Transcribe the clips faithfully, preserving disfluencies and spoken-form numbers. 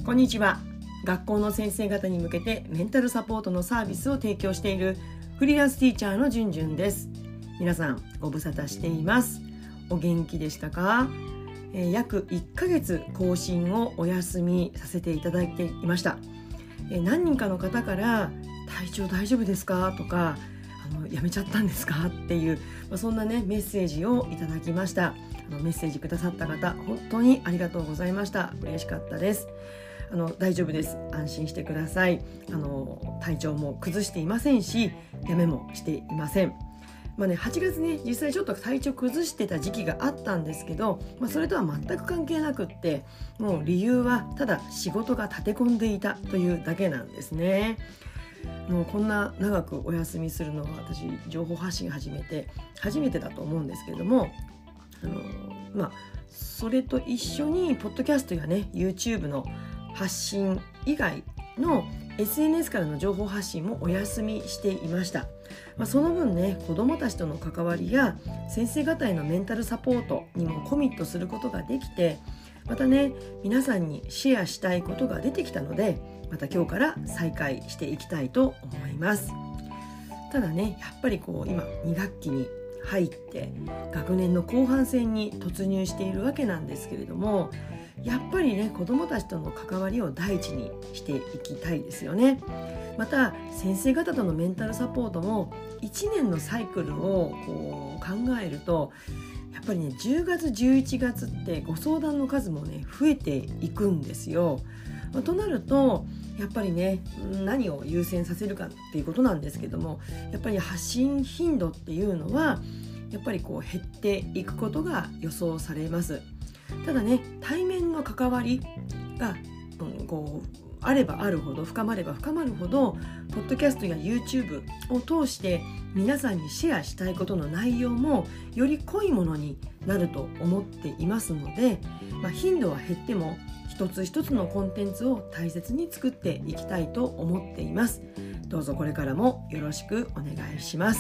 こんにちは。学校の先生方に向けてメンタルサポートのサービスを提供しているフリーランスティーチャーのじゅんじゅんです。皆さんご無沙汰しています。お元気でしたか？えー、約いっかげつ更新をお休みさせていただいていました。えー、何人かの方から体調大丈夫ですかとか、あのやめちゃったんですかっていう、まあ、そんなねメッセージをいただきました。あのメッセージくださった方本当にありがとうございました。嬉しかったです。あの大丈夫です。安心してください。あの体調も崩していませんし、やめもしていません。まあね、はちがつね、実際ちょっと体調崩してた時期があったんですけど、まあ、それとは全く関係なくって、もう理由はただ仕事が立て込んでいたというだけなんですね。もうこんな長くお休みするのは私情報発信始めて初めてだと思うんですけれども、あのまあそれと一緒にポッドキャストやね YouTube の発信以外の エスエヌエス からの情報発信もお休みしていました。まあ、その分ね、子どもたちとの関わりや先生方へのメンタルサポートにもコミットすることができて、またね皆さんにシェアしたいことが出てきたので、また今日から再開していきたいと思います。ただね、やっぱりこう今に学期に入って学年の後半戦に突入しているわけなんですけれども、やっぱりね子どもたちとの関わりを第一にしていきたいですよね。また先生方とのメンタルサポートもいちねんのサイクルをこう考えると、やっぱりねじゅうがつじゅういちがつってご相談の数もね増えていくんですよ。となるとやっぱりね何を優先させるかっていうことなんですけども、やっぱり発信頻度っていうのはやっぱりこう減っていくことが予想されます。ただね、対面の関わりが、うん、こうあればあるほど、深まれば深まるほど、ポッドキャストや YouTube を通して皆さんにシェアしたいことの内容もより濃いものになると思っていますので、まあ、頻度は減っても一つ一つのコンテンツを大切に作っていきたいと思っています。どうぞこれからもよろしくお願いします。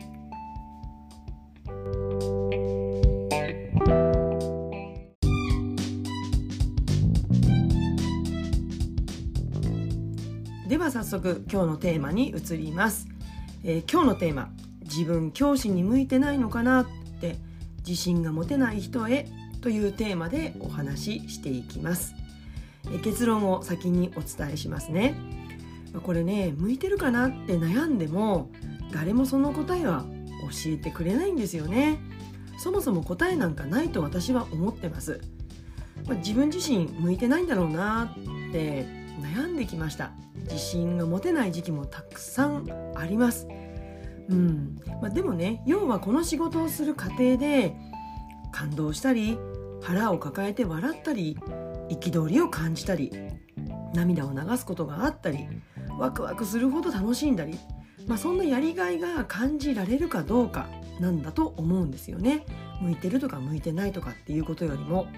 では早速今日のテーマに移ります。えー、今日のテーマ、自分教師に向いてないのかなって自信が持てない人へというテーマでお話ししていきます。えー、結論を先にお伝えしますね。これね、向いてるかなって悩んでも誰もその答えは教えてくれないんですよね。そもそも答えなんかないと私は思ってます。まあ、自分自身向いてないんだろうなって悩んできました。自信が持てない時期もたくさんあります。うんまあ、でもね、要はこの仕事をする過程で感動したり、腹を抱えて笑ったり、憤りを感じたり、涙を流すことがあったり、ワクワクするほど楽しんだり、まあ、そんなやりがいが感じられるかどうかなんだと思うんですよね。向いてるとか向いてないとかっていうことよりも、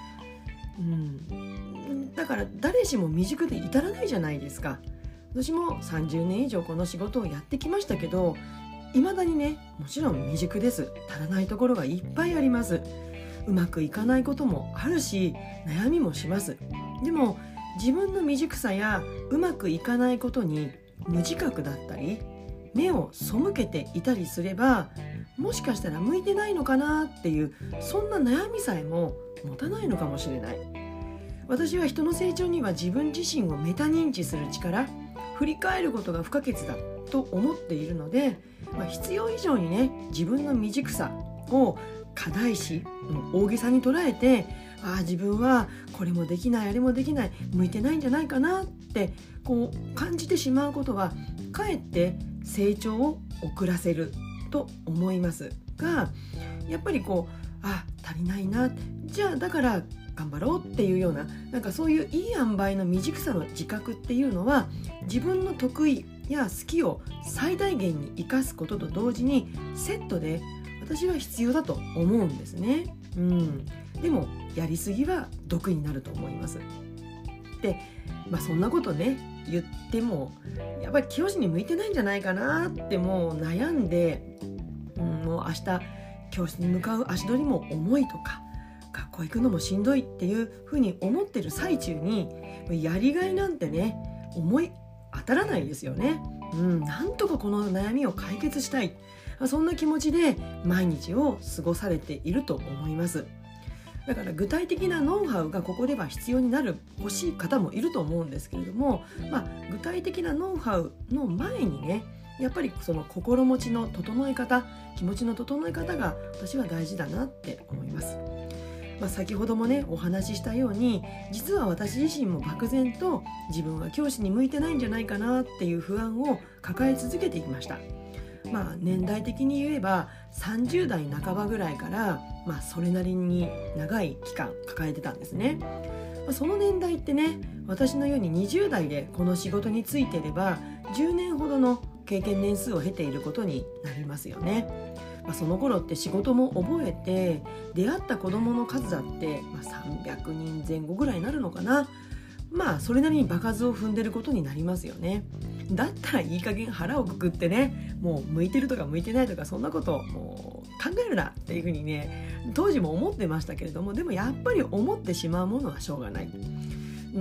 うんだから誰しも未熟で至らないじゃないですか。私もさんじゅうねん以上この仕事をやってきましたけど、未だにね、もちろん未熟です。足らないところがいっぱいあります。うまくいかないこともあるし、悩みもします。でも自分の未熟さやうまくいかないことに無自覚だったり、目を背けていたりすれば、もしかしたら向いてないのかなっていう、そんな悩みさえも持たないのかもしれない。私は人の成長には自分自身をメタ認知する力、振り返ることが不可欠だと思っているので、まあ、必要以上にね自分の未熟さを過大視、大げさに捉えて、ああ自分はこれもできない、あれもできない、向いてないんじゃないかなってこう感じてしまうことは、かえって成長を遅らせると思いますが、やっぱりこうあ足りないな、じゃあだから頑張ろうっていうような、なんかそういういい塩梅の未熟さの自覚っていうのは、自分の得意や好きを最大限に生かすことと同時にセットで私は必要だと思うんですね。うん、でもやりすぎは毒になると思います。で、まあ、そんなことね言ってもやっぱり教師に向いてないんじゃないかなってもう悩んで、うん、もう明日教室に向かう足取りも重いとか、学校校行くのもしんどいっていうふうに思ってる最中にやりがいなんてね思い当たらないですよね。うん、なんとかこの悩みを解決したい、そんな気持ちで毎日を過ごされていると思います。だから具体的なノウハウがここでは必要になる欲しい方もいると思うんですけれども、まあ、具体的なノウハウの前にねやっぱりその心持ちの整え方、気持ちの整え方が私は大事だなって思います。まあ、先ほどもねお話ししたように、実は私自身も漠然と自分は教師に向いてないんじゃないかなっていう不安を抱え続けていました。まあ、年代的に言えばさんじゅう代半ばぐらいから、まあ、それなりに長い期間抱えてたんですね。まあ、その年代ってね、私のようににじゅう代でこの仕事に就いていればじゅうねんほどの経験年数を経ていることになりますよね。まあ、その頃って仕事も覚えて、出会った子どもの数だって、まあ、さんびゃくにんぜん後ぐらいになるのかな。まあそれなりに場数を踏んでることになりますよね。だったらいい加減腹をくくってね、もう向いてるとか向いてないとかそんなことをもう考えるなっていうふうにね当時も思ってましたけれども、でもやっぱり思ってしまうものはしょうがない。うん、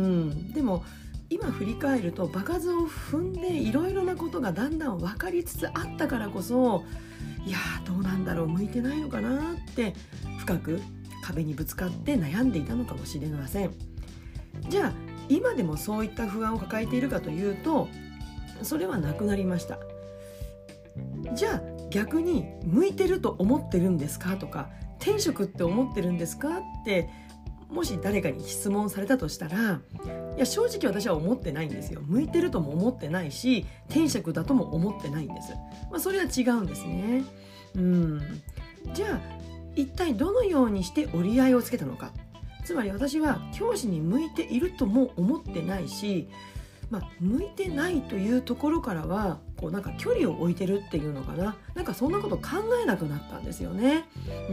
でも今振り返ると場数を踏んでいろいろなことがだんだん分かりつつあったからこそ、いやどうなんだろう、向いてないのかなって深く壁にぶつかって悩んでいたのかもしれません。じゃあ今でもそういった不安を抱えているかというと、それはなくなりました。じゃあ逆に向いてると思ってるんですかとか、転職って思ってるんですかってもし誰かに質問されたとしたら、いや正直私は思ってないんですよ。向いてるとも思ってないし、転職だとも思ってないんです。まあ、それは違うんですね。うん、じゃあ一体どのようにして折り合いをつけたのか。つまり私は教師に向いているとも思ってないし、まあ、向いてないというところからはこうなんか距離を置いてるっていうのかな、なんかそんなこと考えなくなったんですよね。うん、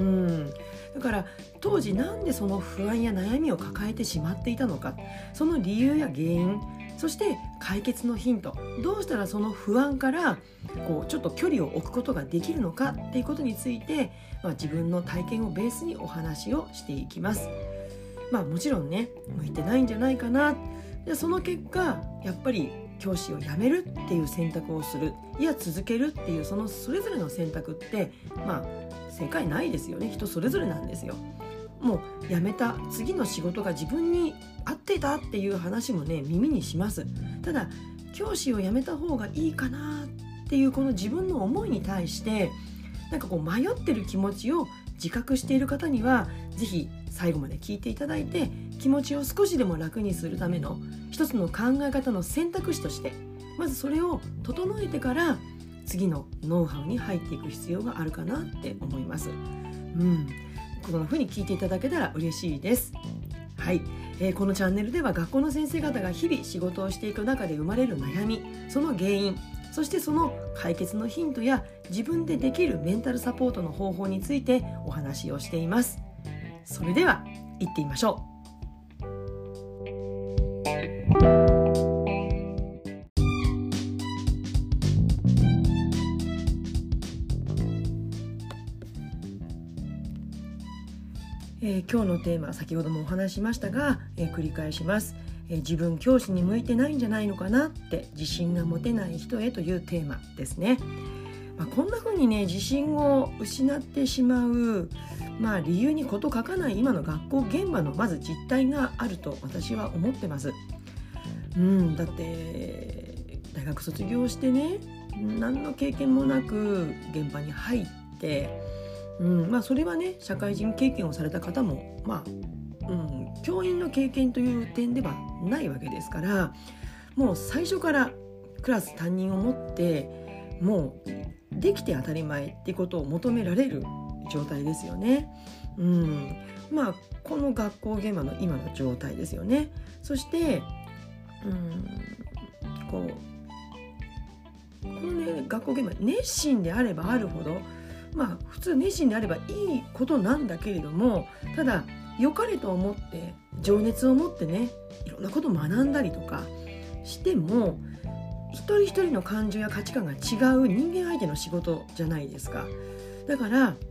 だから当時なんでその不安や悩みを抱えてしまっていたのか、その理由や原因、そして解決のヒント、どうしたらその不安からこうちょっと距離を置くことができるのかっていうことについて、まあ、自分の体験をベースにお話をしていきます。まあもちろんね向いてないんじゃないかな、でその結果やっぱり教師を辞めるっていう選択をする、いや続けるっていうそのそれぞれの選択ってまあ正解ないですよね。人それぞれなんですよ。もう辞めた次の仕事が自分に合っていたっていう話もね耳にします。ただ教師を辞めた方がいいかなっていうこの自分の思いに対してなんかこう迷ってる気持ちを自覚している方にはぜひ最後まで聞いていただいて、気持ちを少しでも楽にするための一つの考え方の選択肢としてまずそれを整えてから次のノウハウに入っていく必要があるかなって思います。うん、こんな風に聞いていただけたら嬉しいです。はい、えー、このチャンネルでは学校の先生方が日々仕事をしていく中で生まれる悩み、その原因、そしてその解決のヒントや自分でできるメンタルサポートの方法についてお話をしています。それでは行ってみましょう。えー、今日のテーマ先ほどもお話ししましたが、えー、繰り返します。えー、自分教師に向いてないんじゃないのかなって自信が持てない人へというテーマですね。まあ、こんな風にね自信を失ってしまう、まあ、理由に事欠かない今の学校現場のまず実態があると私は思ってます。うん、だって大学卒業してね何の経験もなく現場に入って、うんまあ、それはね社会人経験をされた方も、まあうん、教員の経験という点ではないわけですから、もう最初からクラス担任を持ってもうできて当たり前っていうことを求められる状態ですよね。うん、まあこの学校現場の今の状態ですよね。そして、うん、こうこのね学校現場熱心であればあるほど、まあ普通熱心であればいいことなんだけれども、ただ良かれと思って情熱を持ってねいろんなことを学んだりとかしても、一人一人の感情や価値観が違う人間相手の仕事じゃないですか。だから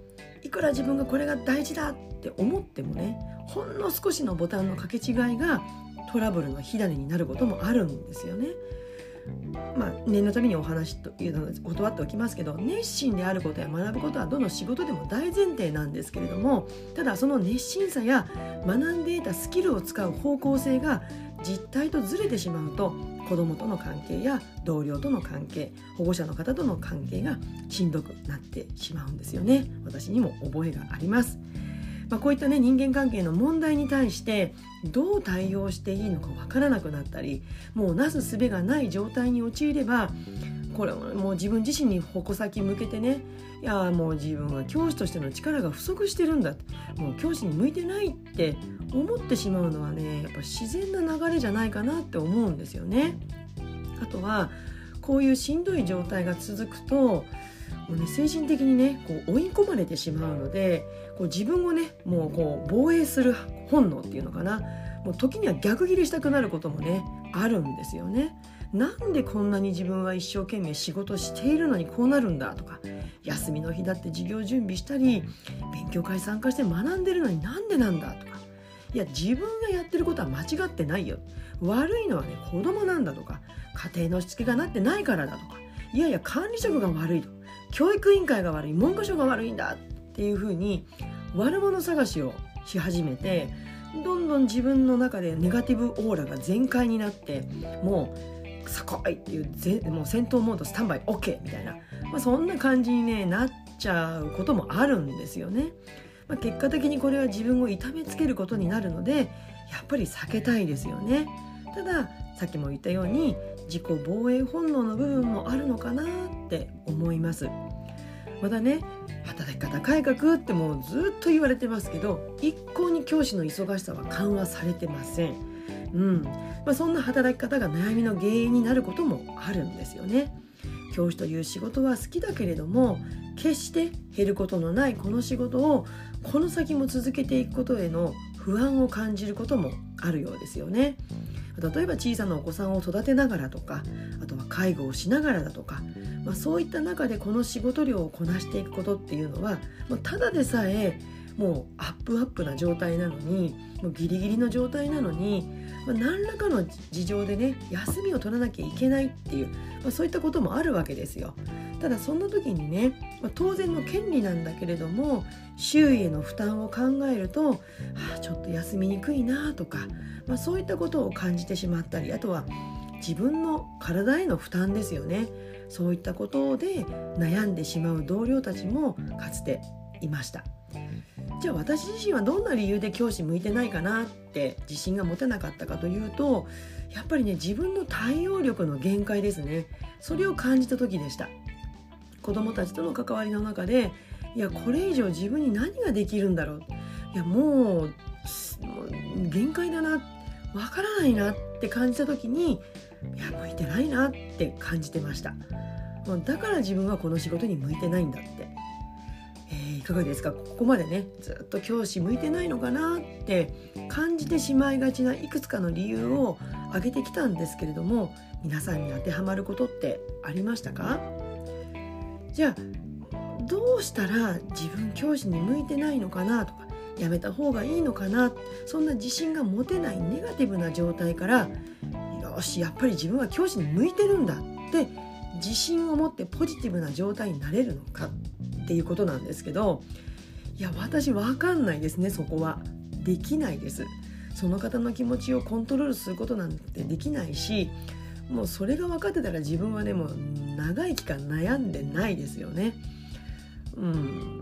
いくら自分がこれが大事だって思ってもね、ほんの少しのボタンの掛け違いがトラブルの火種になることもあるんですよね。まあ、念のためにお話というのを断っておきますけど、熱心であることや学ぶことはどの仕事でも大前提なんですけれども、ただその熱心さや学んで得たスキルを使う方向性が実態とずれてしまうと、子どもとの関係や同僚との関係、保護者の方との関係がしんどくなってしまうんですよね。私にも覚えがあります。まあ、こういったね、人間関係の問題に対してどう対応していいのかわからなくなったり、もうなすすべがない状態に陥れば、これもう自分自身に矛先向けてね、いやもう自分は教師としての力が不足してるんだ、もう教師に向いてないって思ってしまうのはね、やっぱ自然な流れじゃないかなって思うんですよね。あとはこういうしんどい状態が続くと、もうね、精神的にねこう追い込まれてしまうので、こう自分をねもうこう防衛する本能っていうのかな、もう時には逆ギレしたくなることもねあるんですよね。なんでこんなに自分は一生懸命仕事しているのにこうなるんだとか、休みの日だって授業準備したり勉強会参加して学んでるのになんでなんだとか、いや自分がやってることは間違ってないよ、悪いのはね子供なんだとか、家庭のしつけがなってないからだとか、いやいや管理職が悪いと、教育委員会が悪い、文科省が悪いんだっていうふうに悪者探しをし始めて、どんどん自分の中でネガティブオーラが全開になって、もうさこいっていうぜもう戦闘モードスタンバイ OK みたいな、まあ、そんな感じに、ね、なっちゃうこともあるんですよね。まあ、結果的にこれは自分を痛めつけることになるので、やっぱり避けたいですよね。たださっきも言ったように自己防衛本能の部分もあるのかなって思います。またね、働き方改革ってもうずっと言われてますけど、一向に教師の忙しさは緩和されてません。うんまあ、そんな働き方が悩みの原因になることもあるんですよね。教師という仕事は好きだけれども、決して減ることのないこの仕事をこの先も続けていくことへの不安を感じることもあるようですよね。例えば小さなお子さんを育てながらとか、あとは介護をしながらだとか、まあ、そういった中でこの仕事量をこなしていくことっていうのは、もうただでさえもうアップアップな状態なのに、もうギリギリの状態なのに、まあ、何らかの事情でね休みを取らなきゃいけないっていう、まあ、そういったこともあるわけですよ。ただそんな時にね、まあ、当然の権利なんだけれども、周囲への負担を考えると、はあ、ちょっと休みにくいなとか、まあ、そういったことを感じてしまったり、あとは自分の体への負担ですよね。そういったことで悩んでしまう同僚たちもかつていました。じゃあ私自身はどんな理由で教師向いてないかなって自信が持てなかったかというと、やっぱりね自分の対応力の限界ですね。それを感じた時でした。子どもたちとの関わりの中で、いやこれ以上自分に何ができるんだろう、いやもう限界だな、わからないなって感じた時に、いや向いてないなって感じてました。だから自分はこの仕事に向いてないんだって、えー、いかがですか。ここまでねずっと教師向いてないのかなって感じてしまいがちないくつかの理由を挙げてきたんですけれども、皆さんに当てはまることってありましたか？じゃあどうしたら自分教師に向いてないのかなとか、やめた方がいいのかな、そんな自信が持てないネガティブな状態から、よしやっぱり自分は教師に向いてるんだって自信を持ってポジティブな状態になれるのかっていうことなんですけど、いや私わかんないですね。そこはできないです。その方の気持ちをコントロールすることなんてできないし、もうそれが分かってたら自分はねもう長い期間悩んでないですよね。うん、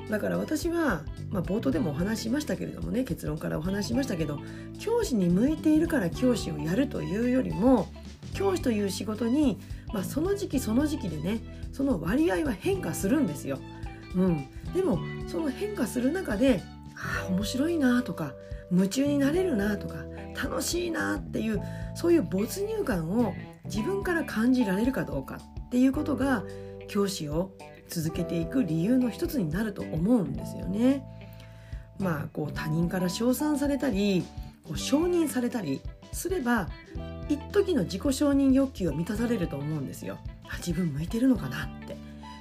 だから私は、まあ、冒頭でもお話ししましたけれどもね、結論からお話ししましたけど、教師に向いているから教師をやるというよりも、教師という仕事に、まあ、その時期その時期でねその割合は変化するんですよ。うん、でもその変化する中で、ああ面白いなとか夢中になれるなとか楽しいなっていう、そういう没入感を自分から感じられるかどうかっていうことが教師を続けていく理由の一つになると思うんですよね。まあこう他人から称賛されたりこう承認されたりすれば、一時の自己承認欲求を満たされると思うんですよ。あ、自分向いてるのかなって。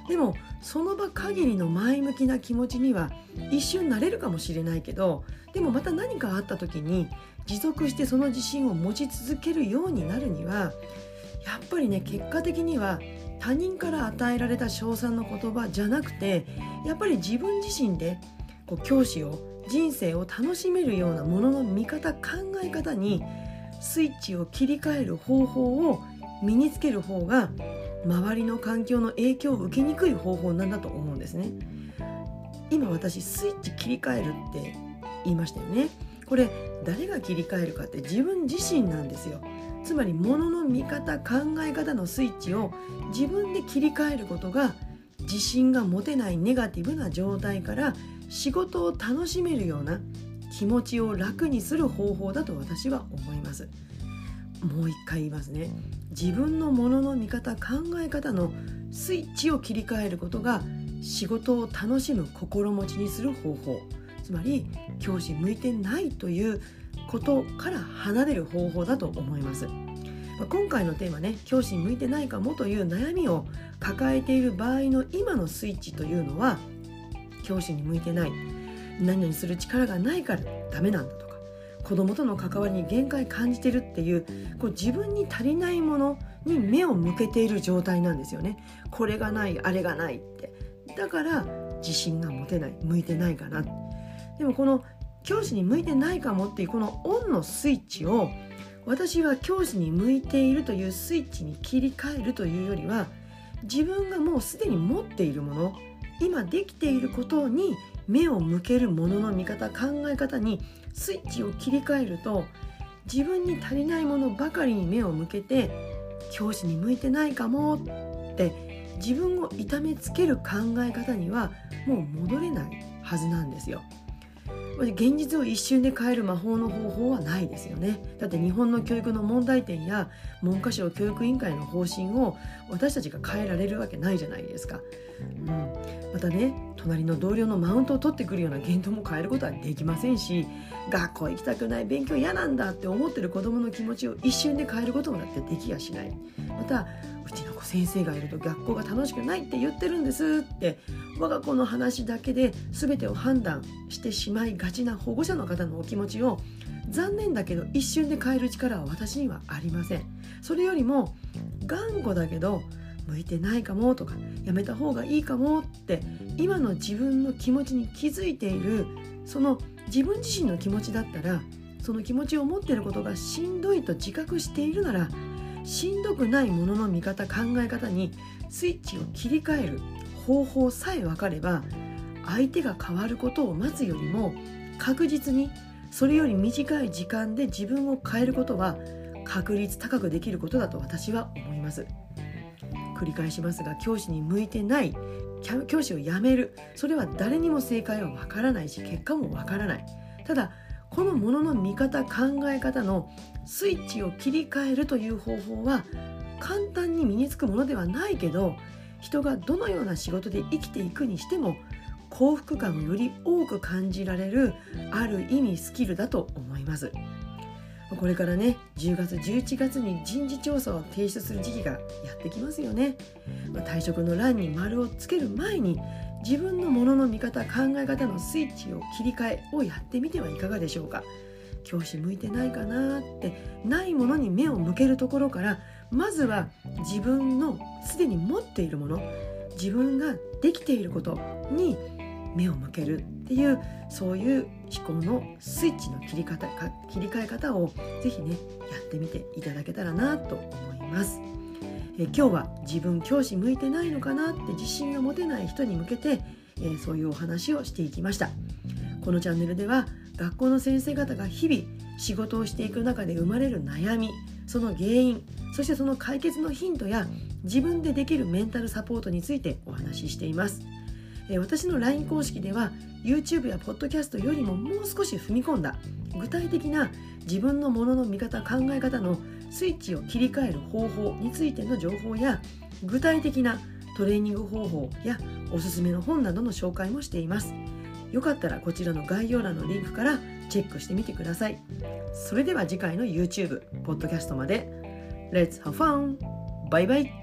でもその場限りの前向きな気持ちには一瞬なれるかもしれないけど、でもまた何かあった時に持続してその自信を持ち続けるようになるには、やっぱりね、結果的には他人から与えられた称賛の言葉じゃなくて、やっぱり自分自身でこう教師を人生を楽しめるようなものの見方、考え方にスイッチを切り替える方法を身につける方が周りの環境の影響を受けにくい方法なんだと思うんですね。今私スイッチ切り替えるって言いましたよね。これ誰が切り替えるかって自分自身なんですよ。つまり物の見方、考え方のスイッチを自分で切り替えることが、自信が持てないネガティブな状態から仕事を楽しめるような気持ちを楽にする方法だと私は思います。もう一回言いますね。自分のものの見方、考え方のスイッチを切り替えることが仕事を楽しむ心持ちにする方法、つまり教師向いてないということから離れる方法だと思います。今回のテーマね、教師に向いてないかもという悩みを抱えている場合の今のスイッチというのは、教師に向いてない、何々する力がないからダメなんだとか、子供との関わりに限界感じてるっていう、こう自分に足りないものに目を向けている状態なんですよね。これがない、あれがないって。だから自信が持てない、向いてないかな。でもこの教師に向いてないかもっていうこのオンのスイッチを、私は教師に向いているというスイッチに切り替えるというよりは、自分がもうすでに持っているもの、今できていることに目を向けるものの見方、考え方にスイッチを切り替えると、自分に足りないものばかりに目を向けて、教師に向いてないかもって自分を痛めつける考え方にはもう戻れないはずなんですよ。現実を一瞬で変える魔法の方法はないですよね。だって日本の教育の問題点や文科省教育委員会の方針を私たちが変えられるわけないじゃないですか、うん、またね、隣の同僚のマウントを取ってくるような言動も変えることはできませんし、学校行きたくない、勉強嫌なんだって思ってる子どもの気持ちを一瞬で変えることもだってできやしない。また、うちの子先生がいると学校が楽しくないって言ってるんですって、我が子の話だけで全てを判断してしまいがちな保護者の方のお気持ちを、残念だけど一瞬で変える力は私にはありません。それよりも頑固だけど向いてないかもとか、やめた方がいいかもって今の自分の気持ちに気づいている、その自分自身の気持ちだったら、その気持ちを持っていることがしんどいと自覚しているなら、しんどくないものの見方、考え方にスイッチを切り替える方法さえ分かれば、相手が変わることを待つよりも確実にそれより短い時間で自分を変えることは確率高くできることだと私は思います。繰り返しますが、教師に向いてない、教師を辞める、それは誰にも正解は分からないし、結果も分からない。ただこのものの見方、考え方のスイッチを切り替えるという方法は簡単に身につくものではないけど、人がどのような仕事で生きていくにしても幸福感をより多く感じられる、ある意味スキルだと思います。これからね、じゅうがつじゅういちがつに人事調査を提出する時期がやってきますよね。退職の欄に丸をつける前に、自分のものの見方、考え方のスイッチを切り替えをやってみてはいかがでしょうか。教師向いてないかなってないものに目を向けるところから、まずは自分のすでに持っているもの、自分ができていることに目を向けるっていう、そういう思考のスイッチの切り方か切り替え方をぜひね、やってみていただけたらなと思います。え今日は自分教師向いてないのかなって自信が持てない人に向けて、えー、そういうお話をしていきました。このチャンネルでは学校の先生方が日々仕事をしていく中で生まれる悩み、その原因、そしてその解決のヒントや自分でできるメンタルサポートについてお話ししています。えー、私の ライン 公式では YouTube や Podcast よりももう少し踏み込んだ具体的な自分のものの見方、考え方のスイッチを切り替える方法についての情報や、具体的なトレーニング方法やおすすめの本などの紹介もしています。よかったらこちらの概要欄のリンクからチェックしてみてください。それでは次回の YouTube、Podcast まで Let's have fun! バイバイ。